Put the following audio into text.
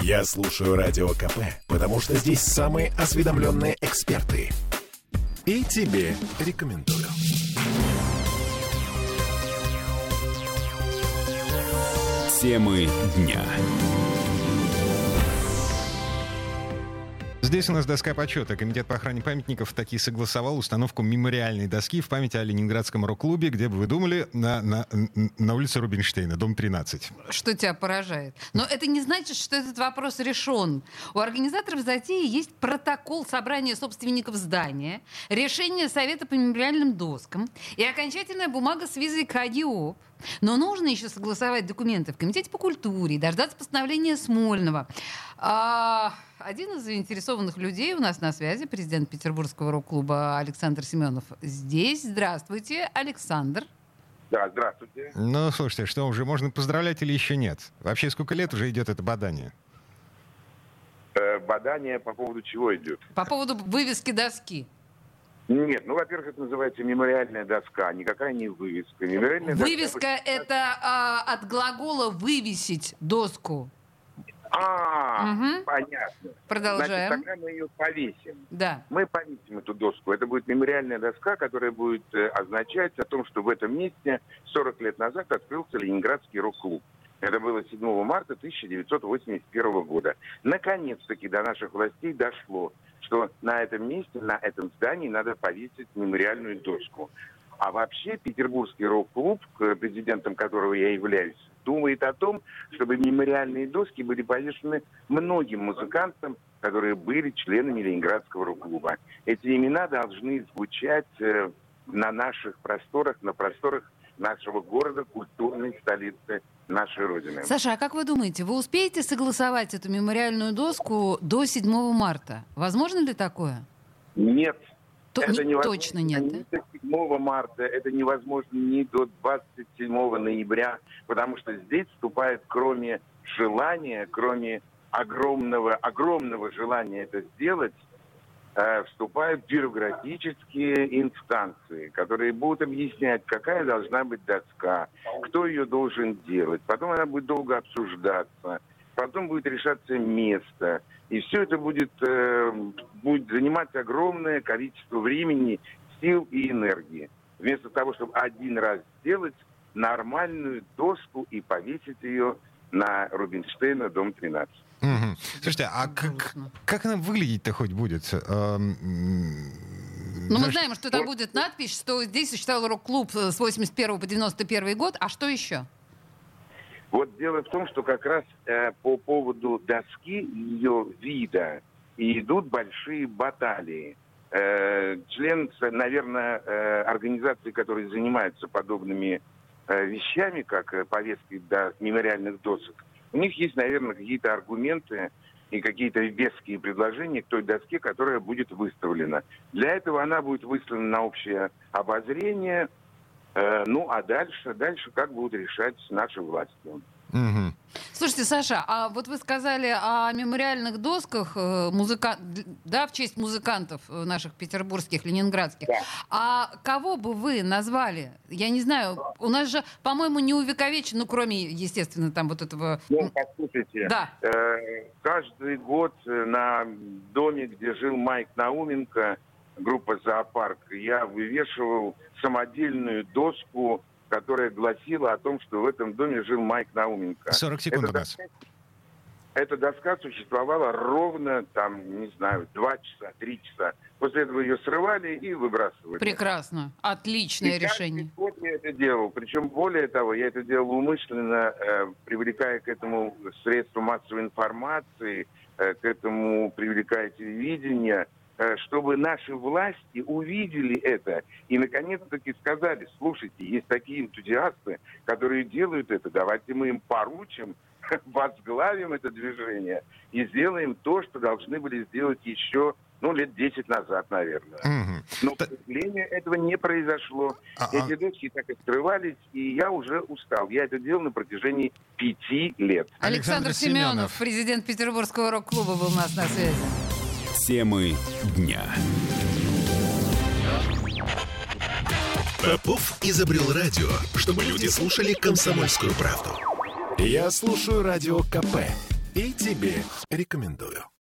Я слушаю Радио КП, потому что здесь самые осведомленные эксперты. И тебе рекомендую. Темы дня. Здесь у нас доска почета. Комитет по охране памятников таки согласовал установку мемориальной доски в память о Ленинградском рок-клубе, где бы вы думали, на улице Рубинштейна, дом 13. Что тебя поражает? Но это не значит, что этот вопрос решен. У организаторов затеи есть протокол собрания собственников здания, решение Совета по мемориальным доскам и окончательная бумага с визой КАГИОП. Но нужно еще согласовать документы в Комитете по культуре, дождаться постановления Смольного. Один из заинтересованных людей у нас на связи, президент Петербургского рок-клуба Александр Семенов. Здесь. Здравствуйте, Александр. Да, здравствуйте. Ну, слушайте, что, уже можно поздравлять или еще нет? Вообще, сколько лет уже идет это бадание? Бадание по поводу чего идет? По поводу вывески доски. Нет, во-первых, это называется мемориальная доска, никакая не вывеска. Вывеска — это от глагола «вывесить доску». Понятно. Продолжаем. Значит, тогда мы ее повесим. Да. Мы повесим эту доску. Это будет мемориальная доска, которая будет означать о том, что в этом месте 40 лет назад открылся Ленинградский рок-клуб. Это было 7 марта 1981 года. Наконец-таки до наших властей дошло, что на этом месте, на этом здании надо повесить мемориальную доску. А вообще Петербургский рок-клуб, президентом которого я являюсь, думает о том, чтобы мемориальные доски были повешены многим музыкантам, которые были членами Ленинградского рок-клуба. Эти имена должны звучать на наших просторах, на просторах нашего города, культурной столицы нашей Родины. Саша, а как вы думаете, вы успеете согласовать эту мемориальную доску до 7 марта? Возможно ли такое? Нет. Это невозможно. Точно нет, ни до 7 марта, это невозможно ни до 27 ноября, потому что здесь вступает, кроме желания, кроме огромного желания это сделать, вступают бюрократические инстанции, которые будут объяснять, какая должна быть доска, кто ее должен делать. Потом она будет долго обсуждаться, потом будет решаться место. И все это будет занимать огромное количество времени, сил и энергии. Вместо того, чтобы один раз сделать нормальную доску и повесить ее на Рубинштейна, дом 13. Угу. Слушайте, а как она выглядеть-то хоть будет? Ну, мы знаем, что там будет надпись, что здесь существовал рок-клуб с 81 по 91 год. А что еще? Вот дело в том, что как раз по поводу доски, ее вида, и идут большие баталии. Член, наверное, организации, которые занимаются подобными вещами, как повестки до мемориальных досок, у них есть, наверное, какие-то аргументы и какие-то веские предложения к той доске, которая будет выставлена. Для этого она будет выставлена на общее обозрение. Ну, а дальше как будут решать наши власти. Угу. Слушайте, Саша, а вот вы сказали о мемориальных досках в честь музыкантов наших петербургских, ленинградских. Да. А кого бы вы назвали? Я не знаю, у нас же, по-моему, не увековечено, кроме, естественно, там вот этого... Ну, послушайте, да. Каждый год на доме, где жил Майк Науменко, группа «Зоопарк», я вывешивал самодельную доску, которая гласила о том, что в этом доме жил Майк Науменко. 40 секунд у нас. Эта доска существовала ровно, 2 часа, 3 часа. После этого ее срывали и выбрасывали. Прекрасно. Отличное решение. Каждый год я это делал. Причем, более того, я это делал умышленно, привлекая к этому средства массовой информации, к этому привлекая телевидение, чтобы наши власти увидели это и наконец-таки сказали: слушайте, есть такие энтузиасты, которые делают это, давайте мы им поручим, возглавим это движение и сделаем то, что должны были сделать еще лет 10 назад, наверное. Угу. Но, к сожалению, этого не произошло. Эти доски так и скрывались, и я уже устал. Я это делал на протяжении 5 лет. Александр Семенов, президент Петербургского рок-клуба, был у нас на связи. Темы дня. Попов изобрел радио, чтобы люди слушали «Комсомольскую правду». Я слушаю Радио КП И тебе рекомендую.